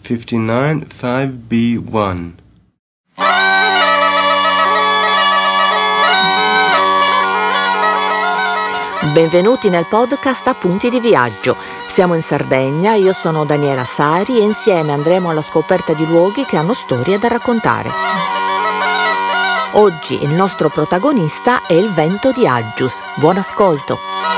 59 5B1. Benvenuti nel podcast Appunti di viaggio. Siamo in Sardegna, io sono Daniela Sari e insieme andremo alla scoperta di luoghi che hanno storie da raccontare. Oggi il nostro protagonista è il vento di Aggius. Buon ascolto!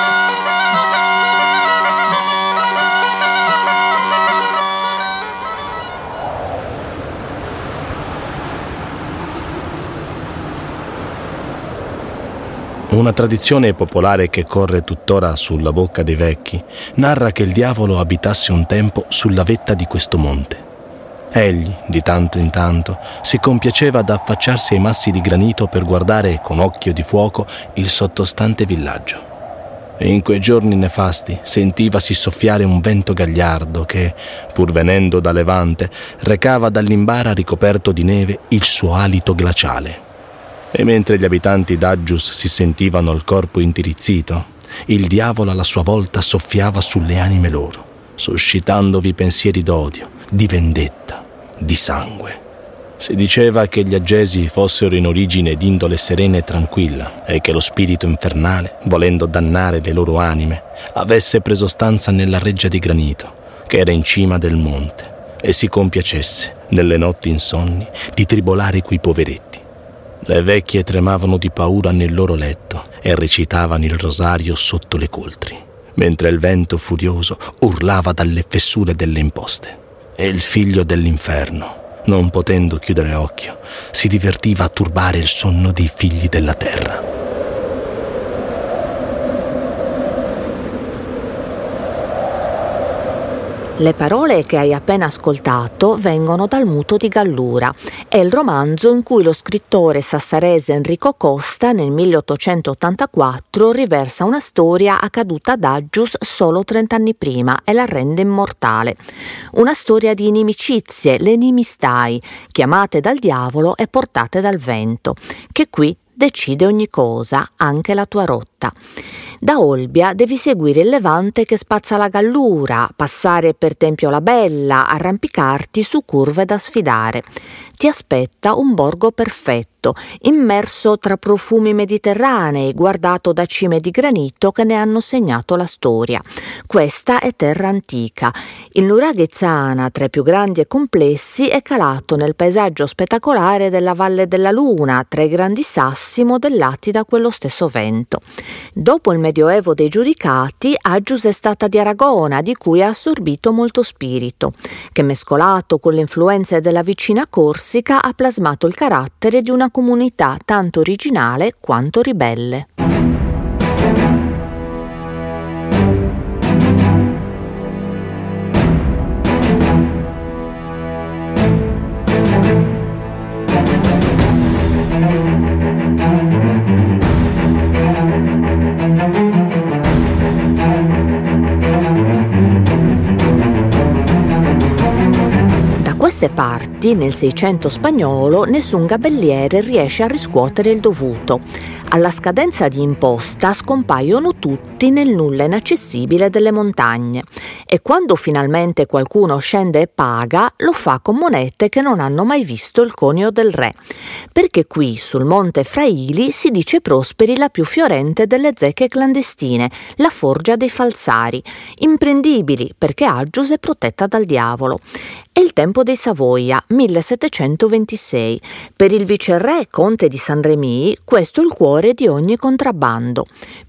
Una tradizione popolare che corre tuttora sulla bocca dei vecchi narra che il diavolo abitasse un tempo sulla vetta di questo monte. Egli, di tanto in tanto, si compiaceva ad affacciarsi ai massi di granito per guardare con occhio di fuoco il sottostante villaggio. E in quei giorni nefasti sentivasi soffiare un vento gagliardo che, pur venendo da levante, recava dall'Imbara ricoperto di neve il suo alito glaciale. E mentre gli abitanti d'Aggius si sentivano il corpo intirizzito, il diavolo alla sua volta soffiava sulle anime loro, suscitandovi pensieri d'odio, di vendetta, di sangue. Si diceva che gli aggesi fossero in origine d'indole serena e tranquilla e che lo spirito infernale, volendo dannare le loro anime, avesse preso stanza nella reggia di granito, che era in cima del monte, e si compiacesse, nelle notti insonni, di tribolare quei poveretti. Le vecchie tremavano di paura nel loro letto e recitavano il rosario sotto le coltri, mentre il vento furioso urlava dalle fessure delle imposte. E il figlio dell'inferno, non potendo chiudere occhio, si divertiva a turbare il sonno dei figli della terra. Le parole che hai appena ascoltato vengono dal Muto di Gallura. È il romanzo in cui lo scrittore sassarese Enrico Costa nel 1884 riversa una storia accaduta ad Aggius solo 30 anni prima e la rende immortale. Una storia di inimicizie, le nimistai, chiamate dal diavolo e portate dal vento, che qui decide ogni cosa, anche la tua rotta. Da Olbia devi seguire il levante che spazza la Gallura, passare per Tempio la Bella, arrampicarti su curve da sfidare. Ti aspetta un borgo perfetto, immerso tra profumi mediterranei, guardato da cime di granito che ne hanno segnato la storia. Questa è terra antica. Il Nuraghezzana, tra i più grandi e complessi, è calato nel paesaggio spettacolare della Valle della Luna, tra i grandi sassi modellati da quello stesso vento. Dopo il Medioevo dei giudicati, Aggius è stata di Aragona, di cui ha assorbito molto spirito, che mescolato con le influenze della vicina Corsica ha plasmato il carattere di una comunità tanto originale quanto ribelle. Queste parti, nel 600 spagnolo, nessun gabelliere riesce a riscuotere il dovuto. Alla scadenza di imposta scompaiono tutti nel nulla inaccessibile delle montagne e quando finalmente qualcuno scende e paga, lo fa con monete che non hanno mai visto il conio del re. Perché qui, sul monte Fraili, si dice prosperi la più fiorente delle zecche clandestine, la Forgia dei Falsari, imprendibili perché Aggius è protetta dal diavolo. È il tempo dei Savoia, 1726. Per il viceré conte di San Remi, questo è il cuore di ogni contrabbando.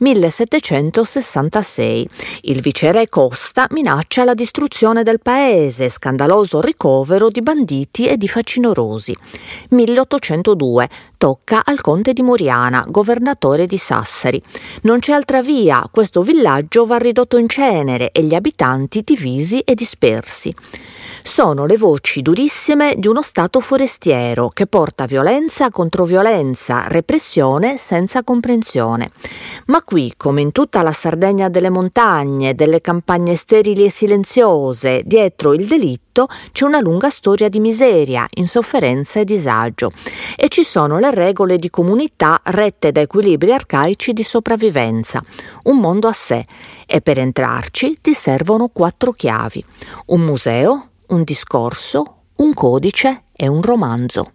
1766. Il viceré Costa minaccia la distruzione del paese, scandaloso ricovero di banditi e di facinorosi. 1802. Tocca al conte di Moriana, governatore di Sassari. Non c'è altra via, questo villaggio va ridotto in cenere e gli abitanti divisi e dispersi. Sono le voci durissime di uno stato forestiero che porta violenza contro violenza, repressione senza comprensione. Ma qui, come in tutta la Sardegna delle montagne, delle campagne sterili e silenziose, dietro il delitto c'è una lunga storia di miseria, insofferenza e disagio. E ci sono le regole di comunità rette da equilibri arcaici di sopravvivenza. Un mondo a sé. E per entrarci ti servono 4 chiavi. Un museo, un discorso, un codice e un romanzo.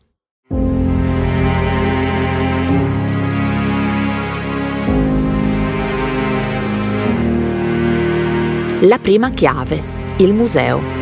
La prima chiave, il museo.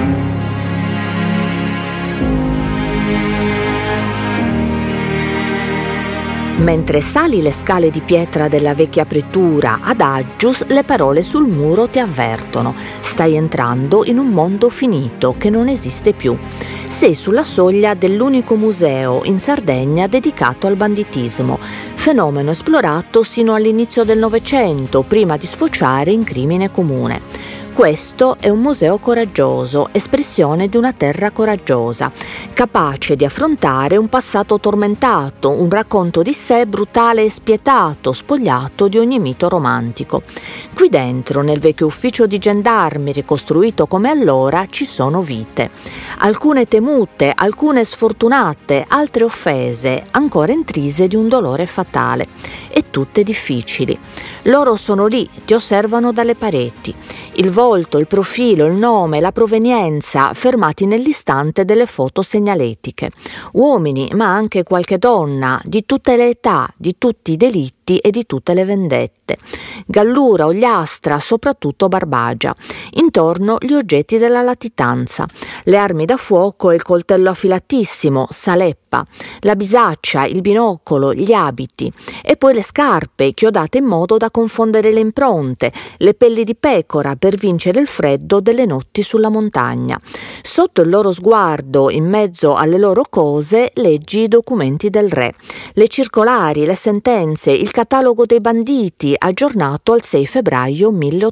Mentre sali le scale di pietra della vecchia pretura ad Aggius, le parole sul muro ti avvertono: stai entrando in un mondo finito che non esiste più. Sei sulla soglia dell'unico museo in Sardegna dedicato al banditismo, fenomeno esplorato sino all'inizio del Novecento, prima di sfociare in crimine comune. Questo è un museo coraggioso, espressione di una terra coraggiosa, capace di affrontare un passato tormentato, un racconto di sé brutale e spietato, spogliato di ogni mito romantico. Qui dentro, nel vecchio ufficio di gendarmi ricostruito come allora, ci sono vite. Alcune temute, alcune sfortunate, altre offese, ancora intrise di un dolore fatale. E tutte difficili. Loro sono lì, ti osservano dalle pareti. Il volto, il profilo, il nome, la provenienza, fermati nell'istante delle foto segnaletiche. Uomini, ma anche qualche donna, di tutte le età, di tutti i delitti e di tutte le vendette. Gallura, Ogliastra, soprattutto Barbagia. Intorno gli oggetti della latitanza, le armi da fuoco e il coltello affilatissimo, Saleppa, la bisaccia, il binocolo, gli abiti, e poi le scarpe chiodate in modo da confondere le impronte, le pelli di pecora per vincere il freddo delle notti sulla montagna. Sotto il loro sguardo, in mezzo alle loro cose, leggi i documenti del re, le circolari, le sentenze, il catalogo dei banditi aggiornato al 6 febbraio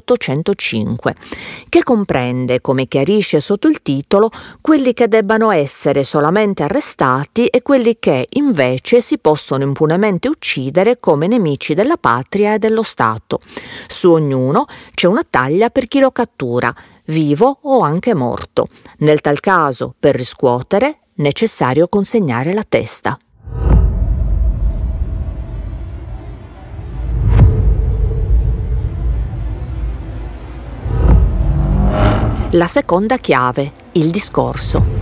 1805, che comprende, come chiarisce sotto il titolo, quelli che debbano essere solamente arrestati e quelli che invece si possono impunemente uccidere come nemici della patria e dello Stato. Su ognuno c'è una taglia per chi lo cattura, vivo o anche morto. Nel tal caso, per riscuotere, necessario consegnare la testa. La seconda chiave, il discorso.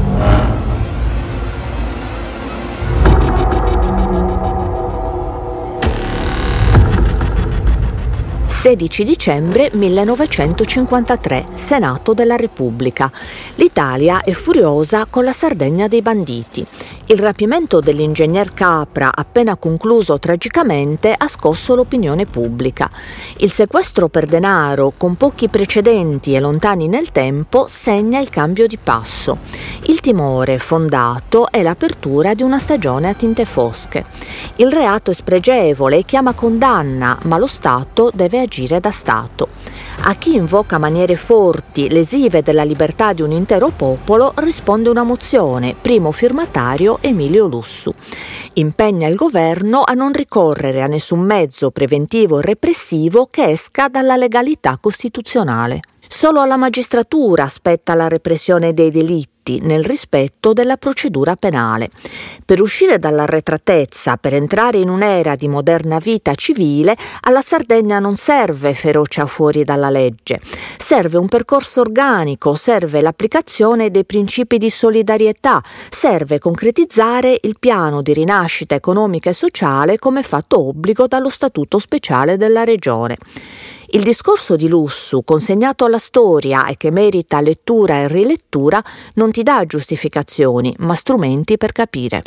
16 dicembre 1953, Senato della Repubblica. L'Italia è furiosa con la Sardegna dei banditi. Il rapimento dell'ingegner Capra, appena concluso tragicamente, ha scosso l'opinione pubblica. Il sequestro per denaro, con pochi precedenti e lontani nel tempo, segna il cambio di passo. Il timore fondato è l'apertura di una stagione a tinte fosche. Il reato è spregevole e chiama condanna, ma lo Stato deve agire da Stato. A chi invoca maniere forti, lesive della libertà di un intero popolo, risponde una mozione, primo firmatario Emilio Lussu. Impegna il governo a non ricorrere a nessun mezzo preventivo e repressivo che esca dalla legalità costituzionale. Solo alla magistratura spetta la repressione dei delitti nel rispetto della procedura penale. Per uscire dall'arretratezza, per entrare in un'era di moderna vita civile, alla Sardegna non serve ferocia fuori dalla legge. Serve un percorso organico, serve l'applicazione dei principi di solidarietà, serve concretizzare il piano di rinascita economica e sociale come fatto obbligo dallo Statuto speciale della Regione. Il discorso di Lussu, consegnato alla storia e che merita lettura e rilettura, non ti dà giustificazioni, ma strumenti per capire.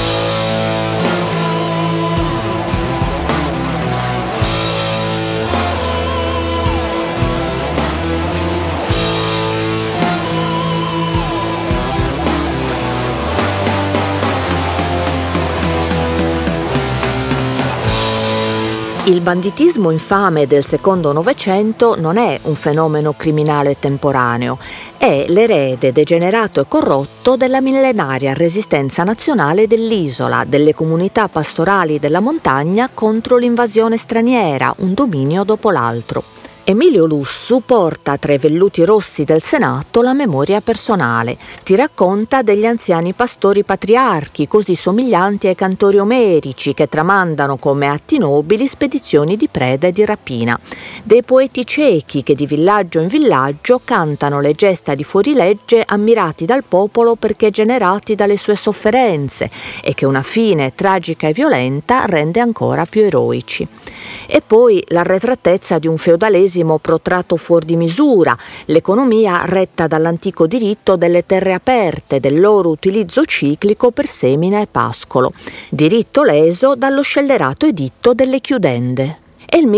Il banditismo infame del secondo Novecento non è un fenomeno criminale temporaneo, è l'erede degenerato e corrotto della millenaria resistenza nazionale dell'isola, delle comunità pastorali della montagna contro l'invasione straniera, un dominio dopo l'altro. Emilio Lussu porta tra i velluti rossi del Senato la memoria personale. Ti racconta degli anziani pastori patriarchi, così somiglianti ai cantori omerici, che tramandano come atti nobili spedizioni di preda e di rapina. Dei poeti ciechi che di villaggio in villaggio cantano le gesta di fuorilegge ammirati dal popolo perché generati dalle sue sofferenze e che una fine tragica e violenta rende ancora più eroici. E poi l'arretratezza di un feudalesimo protratto fuori di misura, l'economia retta dall'antico diritto delle terre aperte, del loro utilizzo ciclico per semina e pascolo, diritto leso dallo scellerato editto delle chiudende. È il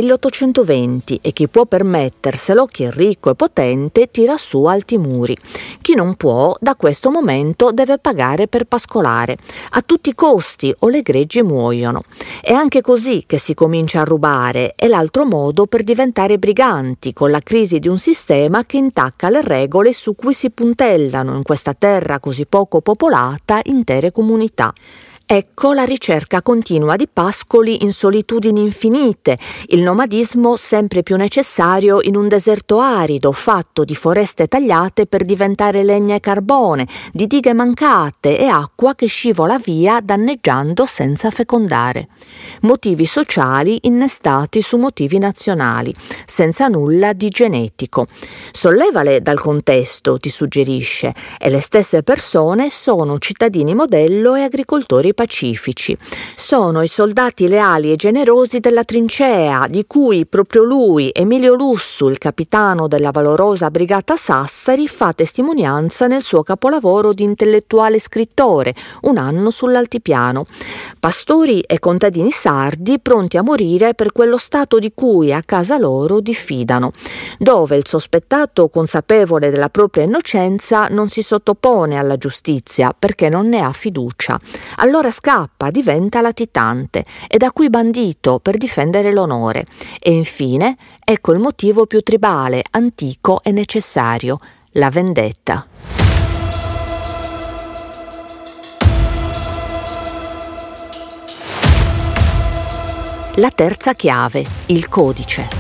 1820 e chi può permetterselo, chi è ricco e potente, tira su alti muri. Chi non può, da questo momento deve pagare per pascolare, a tutti i costi o le greggi muoiono. È anche così che si comincia a rubare, è l'altro modo per diventare briganti, con la crisi di un sistema che intacca le regole su cui si puntellano in questa terra così poco popolata intere comunità. Ecco la ricerca continua di pascoli in solitudini infinite, il nomadismo sempre più necessario in un deserto arido fatto di foreste tagliate per diventare legna e carbone, di dighe mancate e acqua che scivola via danneggiando senza fecondare. Motivi sociali innestati su motivi nazionali, senza nulla di genetico. Sollevale dal contesto, ti suggerisce, e le stesse persone sono cittadini modello e agricoltori pacifici. Sono i soldati leali e generosi della trincea, di cui proprio lui, Emilio Lussu, il capitano della valorosa brigata Sassari, fa testimonianza nel suo capolavoro di intellettuale scrittore, Un anno sull'altipiano. Pastori e contadini sardi pronti a morire per quello stato di cui a casa loro diffidano, dove il sospettato, consapevole della propria innocenza, non si sottopone alla giustizia perché non ne ha fiducia. Allora scappa, diventa latitante e da qui bandito per difendere l'onore. E infine, ecco il motivo più tribale, antico e necessario, la vendetta. La terza chiave, il codice.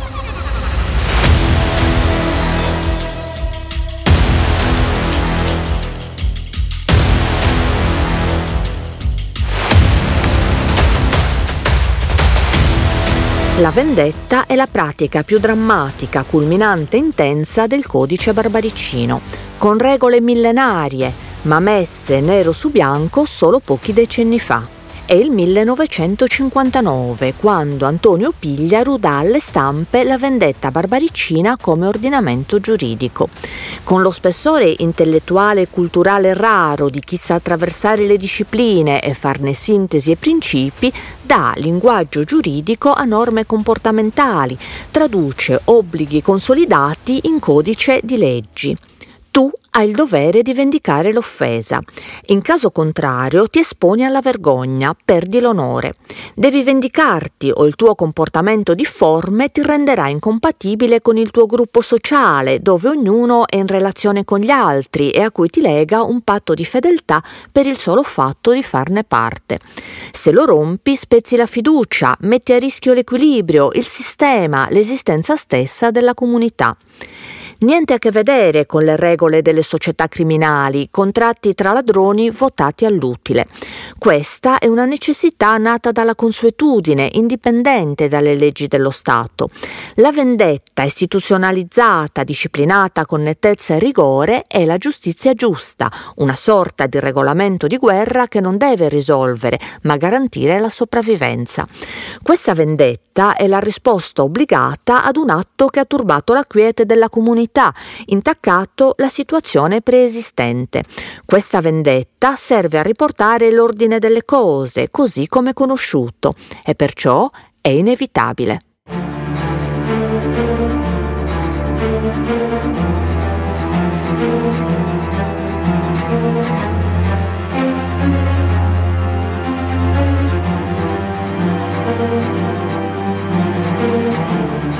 La vendetta è la pratica più drammatica, culminante e intensa del codice barbaricino, con regole millenarie, ma messe nero su bianco solo pochi decenni fa. È il 1959, quando Antonio Pigliaru dà alle stampe la vendetta barbaricina come ordinamento giuridico. Con lo spessore intellettuale e culturale raro di chi sa attraversare le discipline e farne sintesi e principi, dà linguaggio giuridico a norme comportamentali, traduce obblighi consolidati in codice di leggi. Tu hai il dovere di vendicare l'offesa. In caso contrario ti esponi alla vergogna, perdi l'onore. Devi vendicarti o il tuo comportamento difforme ti renderà incompatibile con il tuo gruppo sociale, dove ognuno è in relazione con gli altri e a cui ti lega un patto di fedeltà per il solo fatto di farne parte. Se lo rompi, spezzi la fiducia, metti a rischio l'equilibrio, il sistema, l'esistenza stessa della comunità. Niente a che vedere con le regole delle società criminali, contratti tra ladroni votati all'utile. Questa è una necessità nata dalla consuetudine, indipendente dalle leggi dello Stato. La vendetta istituzionalizzata, disciplinata con nettezza e rigore, è la giustizia giusta, una sorta di regolamento di guerra che non deve risolvere, ma garantire la sopravvivenza. Questa vendetta è la risposta obbligata ad un atto che ha turbato la quiete della comunità, intaccato la situazione preesistente. Questa vendetta serve a riportare l'ordine delle cose, così come conosciuto, e perciò è inevitabile.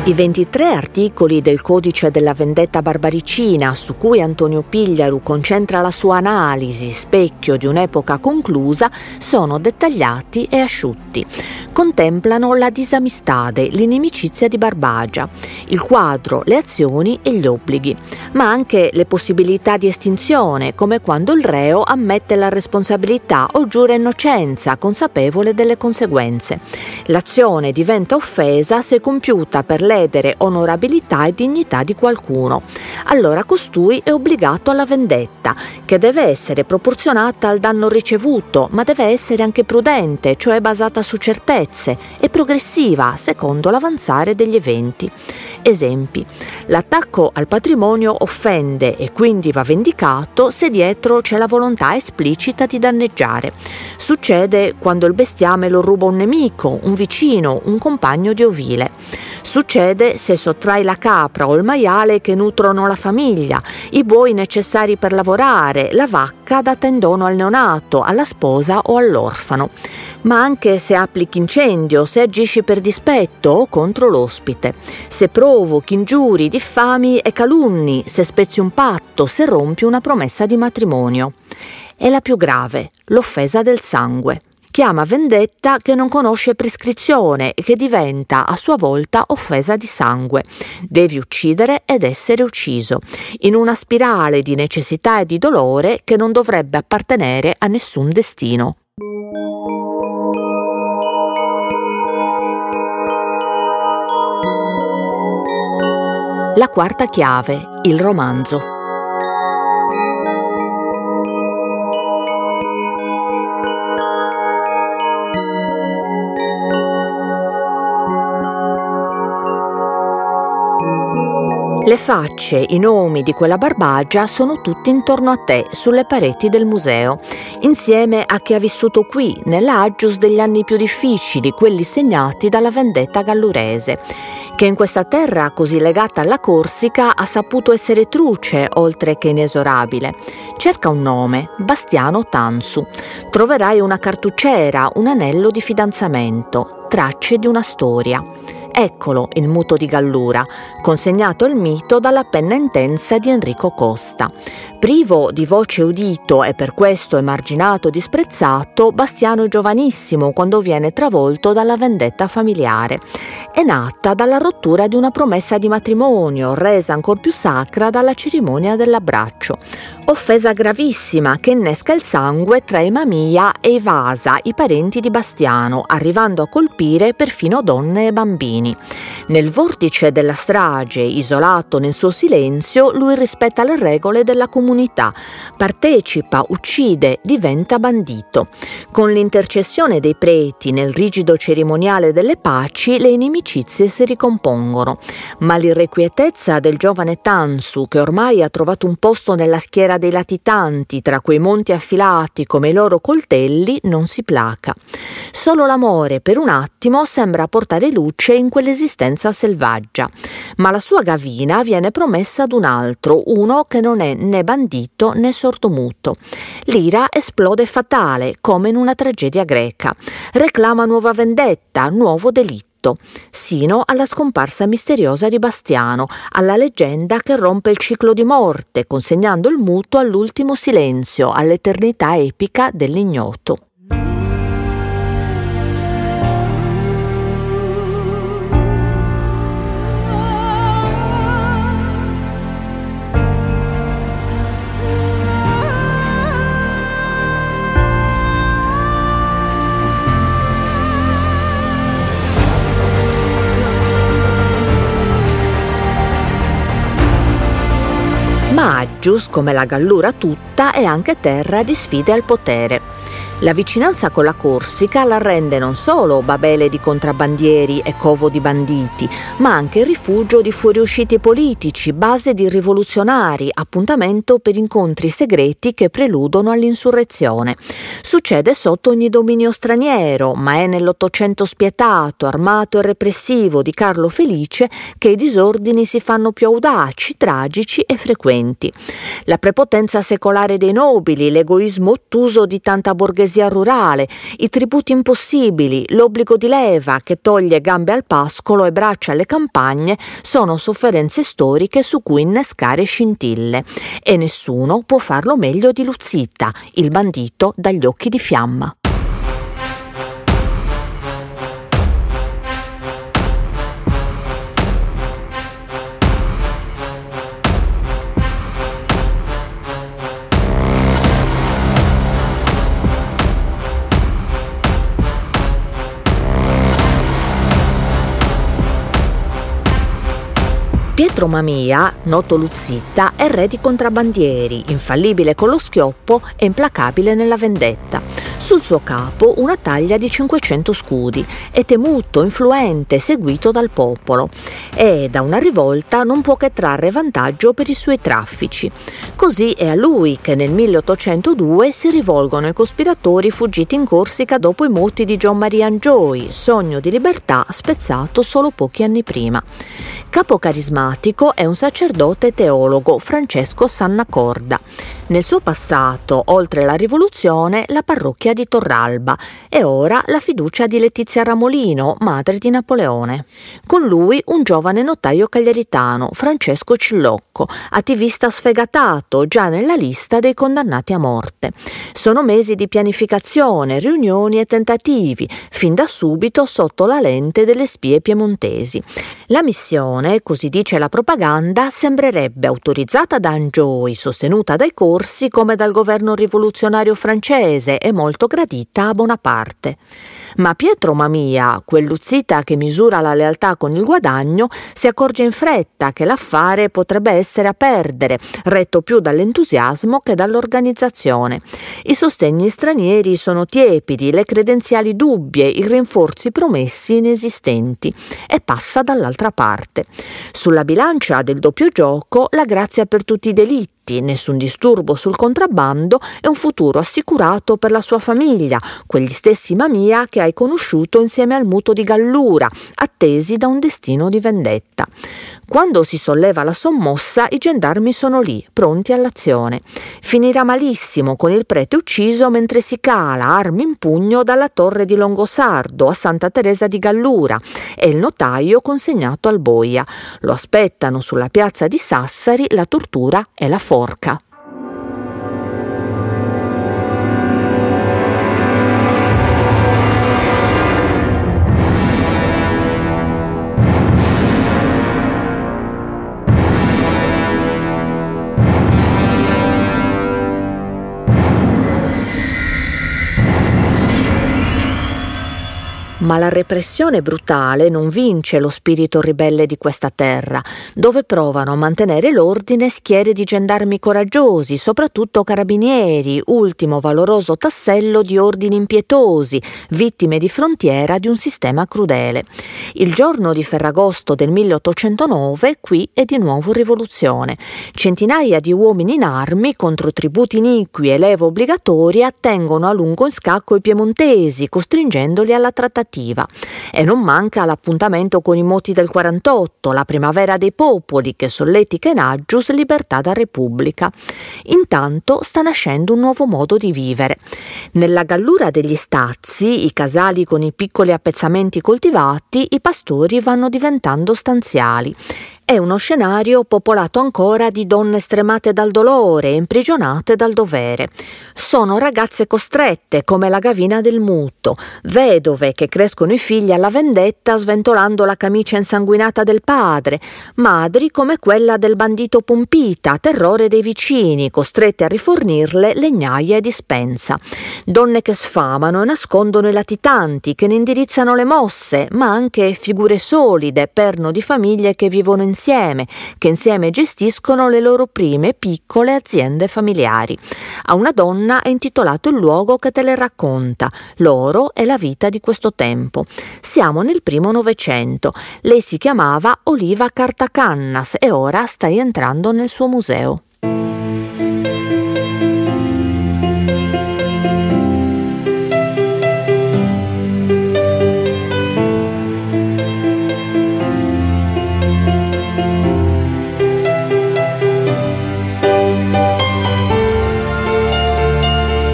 I 23 articoli del Codice della vendetta barbaricina su cui Antonio Pigliaru concentra la sua analisi, specchio di un'epoca conclusa, sono dettagliati e asciutti. Contemplano la disamistade, l'inimicizia di Barbagia, il quadro, le azioni e gli obblighi, ma anche le possibilità di estinzione, come quando il reo ammette la responsabilità o giura innocenza, consapevole delle conseguenze. L'azione diventa offesa se compiuta per ledere onorabilità e dignità di qualcuno. Allora costui è obbligato alla vendetta, che deve essere proporzionata al danno ricevuto, ma deve essere anche prudente, cioè basata su certezze, e progressiva, secondo l'avanzare degli eventi. Esempi: l'attacco al patrimonio offende e quindi va vendicato se dietro c'è la volontà esplicita di danneggiare. Succede quando il bestiame lo ruba un nemico, un vicino, un compagno di ovile. Succede se sottrai la capra o il maiale che nutrono la famiglia, i buoi necessari per lavorare, la vacca data in dono al neonato, alla sposa o all'orfano. Ma anche se applichi incendio, se agisci per dispetto o contro l'ospite, se provochi, ingiuri, diffami e calunni, se spezzi un patto, se rompi una promessa di matrimonio. E la più grave, l'offesa del sangue. Chiama vendetta che non conosce prescrizione e che diventa a sua volta offesa di sangue. Devi uccidere ed essere ucciso, in una spirale di necessità e di dolore che non dovrebbe appartenere a nessun destino. La quarta chiave, il romanzo. Le facce, i nomi di quella Barbagia sono tutti intorno a te, sulle pareti del museo, insieme a chi ha vissuto qui, nell'Aggius degli anni più difficili, quelli segnati dalla vendetta gallurese, che in questa terra così legata alla Corsica ha saputo essere truce, oltre che inesorabile. Cerca un nome, Bastiano Tansu. Troverai una cartucciera, un anello di fidanzamento, tracce di una storia. Eccolo il muto di Gallura, consegnato al mito dalla penna intensa di Enrico Costa. Privo di voce udito e per questo emarginato e disprezzato, Bastiano è giovanissimo quando viene travolto dalla vendetta familiare. È nata dalla rottura di una promessa di matrimonio, resa ancor più sacra dalla cerimonia dell'abbraccio. Offesa gravissima che innesca il sangue tra i Mamia e i Vasa, i parenti di Bastiano, arrivando a colpire perfino donne e bambini. Nel vortice della strage, isolato nel suo silenzio, lui rispetta le regole della comunità, partecipa, uccide, diventa bandito. Con l'intercessione dei preti nel rigido cerimoniale delle paci, le inimicizie si ricompongono. Ma l'irrequietezza del giovane Tansu, che ormai ha trovato un posto nella schiera dei latitanti tra quei monti affilati come i loro coltelli, non si placa. Solo l'amore per un attimo sembra portare luce in quell'esistenza selvaggia, ma la sua Gavina viene promessa ad un altro, uno che non è né bandito né sordomuto. L'ira esplode fatale, come in una tragedia greca. Reclama nuova vendetta, nuovo delitto, sino alla scomparsa misteriosa di Bastiano, alla leggenda che rompe il ciclo di morte, consegnando il muto all'ultimo silenzio, all'eternità epica dell'ignoto. Ma Aggius, come la Gallura tutta, è anche terra di sfide al potere. La vicinanza con la Corsica la rende non solo babele di contrabbandieri e covo di banditi, ma anche rifugio di fuoriusciti politici, base di rivoluzionari, appuntamento per incontri segreti che preludono all'insurrezione. Succede sotto ogni dominio straniero, ma è nell'Ottocento spietato, armato e repressivo di Carlo Felice che i disordini si fanno più audaci, tragici e frequenti. La prepotenza secolare dei nobili, l'egoismo ottuso di tanta borghesia ipocrisia rurale, i tributi impossibili, l'obbligo di leva che toglie gambe al pascolo e braccia alle campagne sono sofferenze storiche su cui innescare scintille, e nessuno può farlo meglio di Luzzita, il bandito dagli occhi di fiamma. Pietro Mamia, noto Luzzita, è re di contrabbandieri, infallibile con lo schioppo e implacabile nella vendetta. Sul suo capo una taglia di 500 scudi, è temuto, influente, seguito dal popolo, e da una rivolta non può che trarre vantaggio per i suoi traffici. Così è a lui che nel 1802 si rivolgono i cospiratori fuggiti in Corsica dopo i moti di Gian Maria Angioy, sogno di libertà spezzato solo pochi anni prima. Capo carismatico è un sacerdote teologo, Francesco Sannacorda. Nel suo passato, oltre la rivoluzione, la parrocchia di Torralba e ora la fiducia di Letizia Ramolino, madre di Napoleone. Con lui un giovane notaio cagliaritano, Francesco Cillocco, attivista sfegatato, già nella lista dei condannati a morte. Sono mesi di pianificazione, riunioni e tentativi, fin da subito sotto la lente delle spie piemontesi. La missione, così dice la propaganda, sembrerebbe autorizzata da Angioy, sostenuta dai corsi come dal governo rivoluzionario francese e molto gradita a Bonaparte. Ma Pietro Mamia, quel Luzzita che misura la lealtà con il guadagno, si accorge in fretta che l'affare potrebbe essere a perdere, retto più dall'entusiasmo che dall'organizzazione. I sostegni stranieri sono tiepidi, le credenziali dubbie, i rinforzi promessi inesistenti, e passa dall'altra parte. Sulla bilancia del doppio gioco la grazia per tutti i delitti, nessun disturbo sul contrabbando e un futuro assicurato per la sua famiglia, quegli stessi Mamia che hai conosciuto insieme al muto di Gallura, attesi da un destino di vendetta. Quando si solleva la sommossa, i gendarmi sono lì, pronti all'azione. Finirà malissimo, con il prete ucciso mentre si cala, armi in pugno, dalla torre di Longosardo a Santa Teresa di Gallura, e il notaio consegnato al boia. Lo aspettano sulla piazza di Sassari la tortura e la forca. Ma la repressione brutale non vince lo spirito ribelle di questa terra, dove provano a mantenere l'ordine schiere di gendarmi coraggiosi, soprattutto carabinieri, ultimo valoroso tassello di ordini impietosi, vittime di frontiera di un sistema crudele. Il giorno di Ferragosto del 1809 qui è di nuovo rivoluzione. Centinaia di uomini in armi contro tributi iniqui e leva obbligatorie attengono a lungo in scacco i piemontesi, costringendoli alla trattativa. E non manca l'appuntamento con i moti del 48, la primavera dei popoli che solletica in Aggius libertà da Repubblica. Intanto sta nascendo un nuovo modo di vivere. Nella Gallura degli Stazzi, i casali con i piccoli appezzamenti coltivati, i pastori vanno diventando stanziali. È uno scenario popolato ancora di donne stremate dal dolore e imprigionate dal dovere. Sono ragazze costrette, come la Gavina del Muto, vedove che crescono i figli alla vendetta sventolando la camicia insanguinata del padre, madri come quella del bandito Pompita, terrore dei vicini, costrette a rifornirle legnaie e dispensa. Donne che sfamano e nascondono i latitanti, che ne indirizzano le mosse, ma anche figure solide, perno di famiglie che vivono insieme, che insieme gestiscono le loro prime piccole aziende familiari. A una donna è intitolato il luogo che te le racconta. L'oro è la vita di questo tempo. Siamo nel primo Novecento. Lei si chiamava Oliva Cartacannas e ora stai entrando nel suo museo.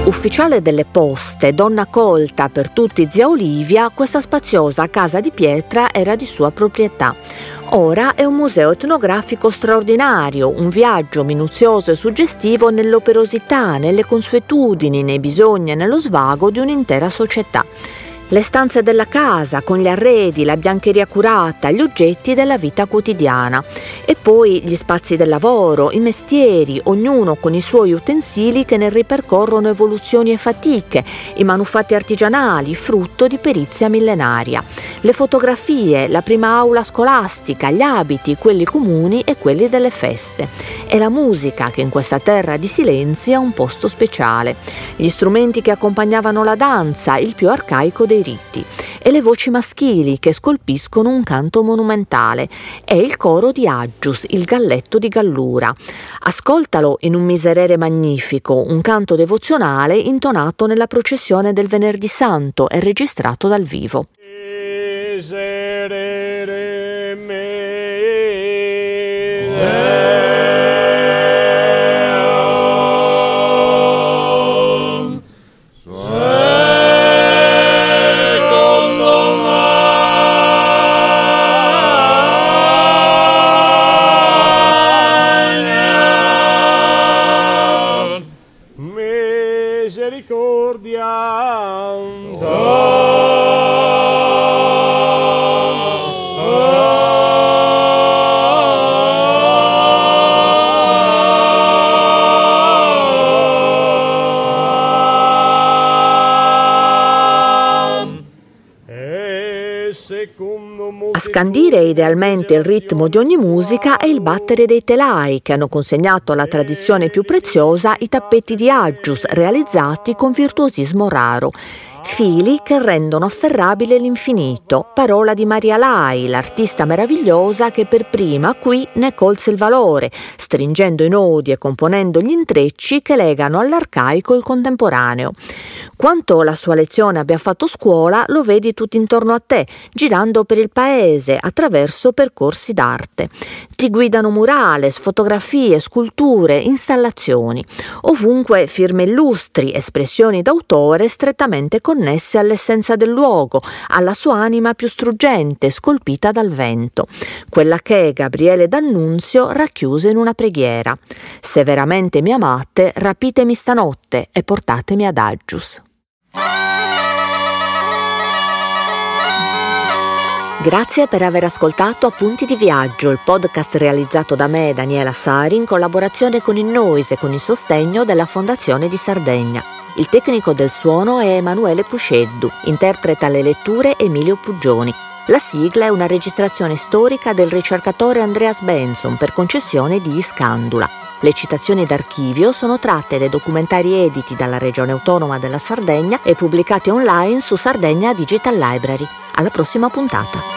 Ufficiale delle poste, donna colta per tutti zia Olivia, questa spaziosa casa di pietra era di sua proprietà. Ora è un museo etnografico straordinario, un viaggio minuzioso e suggestivo nell'operosità, nelle consuetudini, nei bisogni e nello svago di un'intera società. Le stanze della casa, con gli arredi, la biancheria curata, gli oggetti della vita quotidiana. E poi gli spazi del lavoro, i mestieri, ognuno con i suoi utensili che ne ripercorrono evoluzioni e fatiche, i manufatti artigianali, frutto di perizia millenaria. Le fotografie, la prima aula scolastica, gli abiti, quelli comuni e quelli delle feste. E la musica, che in questa terra di silenzi ha un posto speciale. Gli strumenti che accompagnavano la danza, il più arcaico dei riti, e le voci maschili che scolpiscono un canto monumentale. È il coro di Aggius, il galletto di Gallura. Ascoltalo in un miserere magnifico, un canto devozionale intonato nella processione del Venerdì Santo e registrato dal vivo. A scandire idealmente il ritmo di ogni musica è il battere dei telai, che hanno consegnato alla tradizione più preziosa i tappeti di Aggius, realizzati con virtuosismo raro. Fili che rendono afferrabile l'infinito, parola di Maria Lai, l'artista meravigliosa che per prima qui ne colse il valore, stringendo i nodi e componendo gli intrecci che legano all'arcaico il contemporaneo. Quanto la sua lezione abbia fatto scuola lo vedi tutto intorno a te, girando per il paese attraverso percorsi d'arte. Ti guidano murales, fotografie, sculture, installazioni. Ovunque firme illustri, espressioni d'autore strettamente connesse all'essenza del luogo, alla sua anima più struggente, scolpita dal vento. Quella che Gabriele D'Annunzio racchiuse in una preghiera: se veramente mi amate, rapitemi stanotte e portatemi ad Aggius. Grazie per aver ascoltato Appunti di Viaggio, il podcast realizzato da me, Daniela Sari, in collaborazione con il Noise e con il sostegno della Fondazione di Sardegna. Il tecnico del suono è Emanuele Pusceddu, interpreta le letture Emilio Puggioni. La sigla è una registrazione storica del ricercatore Andreas Benson per concessione di Iscandula. Le citazioni d'archivio sono tratte dai documentari editi dalla Regione Autonoma della Sardegna e pubblicati online su Sardegna Digital Library. Alla prossima puntata.